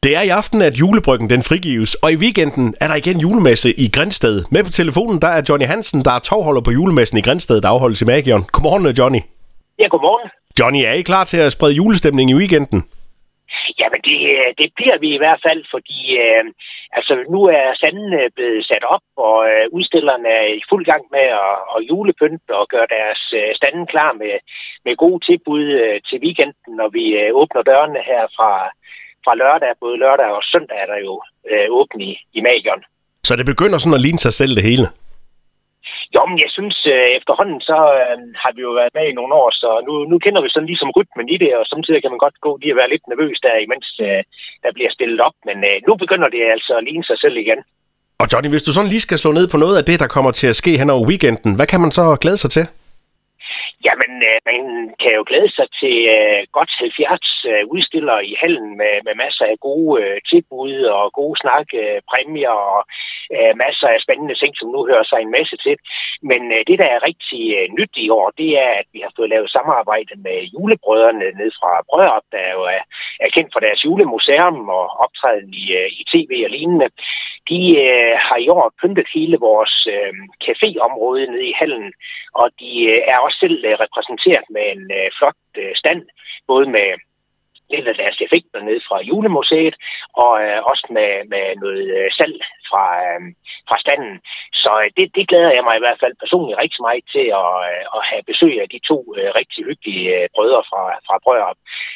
Det er i aften, at julebryggen den frigives, og i weekenden er der igen julemesse i Grindsted. Med på telefonen, der er Johnny Hansen, der er tovholder på julemessen i Grindsted, der afholdes i Magion. Godmorgen, Johnny. Ja, godmorgen. Johnny, er I klar til at sprede julestemning i weekenden? Jamen, det bliver vi i hvert fald, fordi nu er standen blevet sat op, og udstillerne er i fuld gang med at julepynte og gøre deres standen klar med gode tilbud til weekenden, når vi åbner dørene her fra lørdag. Både lørdag og søndag er der jo åbent i Magion. Så det begynder sådan at ligne sig selv det hele? Jo, men jeg synes efterhånden, så har vi jo været med i nogle år, så nu kender vi sådan ligesom rytmen i det, og samtidig kan man godt gå lige at være lidt nervøs der, imens der bliver stillet op. Men nu begynder det altså at ligne sig selv igen. Og Johnny, hvis du sådan lige skal slå ned på noget af det, der kommer til at ske hen over weekenden, hvad kan man så glæde sig til? Jamen, man kan jo glæde sig til godt 70 udstillere i hallen med masser af gode tilbud og gode præmier og masser af spændende ting, som nu hører sig en masse til. Men det, der er rigtig nyt i år, det er, at vi har fået lavet samarbejde med julebrødrene ned fra Brørup, der jo er kendt for deres julemuseum og optræden i tv og lignende. De har i år pyntet hele vores caféområde nede i hallen, og de er også selv repræsenteret med en flot stand, både med lidt af deres effekter nede fra julemuseet, og også med noget salg fra standen. Så det glæder jeg mig i hvert fald personligt rigtig meget til at have besøg af de to rigtig hyggelige brødre fra Brørup.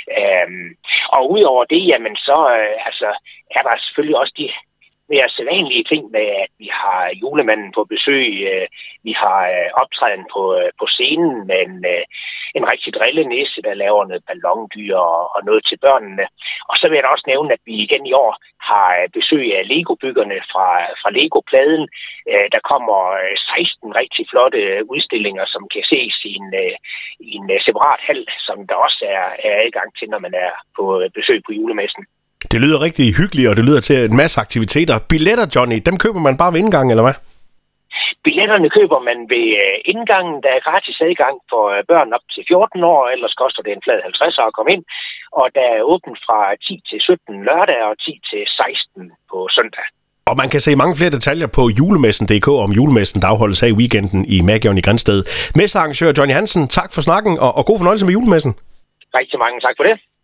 Og udover det, jamen så er der selvfølgelig også de mere sædvanlige ting med, at vi har julemanden på besøg, vi har optræden på scenen med en rigtig drillenisse, der laver noget ballondyr og noget til børnene. Og så vil jeg da også nævne, at vi igen i år har besøg af Lego-byggerne fra Lego-pladen. Der kommer 16 rigtig flotte udstillinger, som kan ses i en separat hal, som der også er adgang til, når man er på besøg på julemessen. Det lyder rigtig hyggeligt, og det lyder til en masse aktiviteter. Billetter, Johnny, dem køber man bare ved indgangen, eller hvad? Billetterne køber man ved indgangen. Der er gratis adgang for børn op til 14 år, ellers koster det en flad 50 at komme ind. Og der er åbent fra 10 til 17 lørdag og 10 til 16 på søndag. Og man kan se mange flere detaljer på julemessen.dk om julemessen, der afholdes her i weekenden i Magion i Grindsted. Messearrangør Johnny Hansen, tak for snakken, og god fornøjelse med julemessen. Rigtig mange tak for det.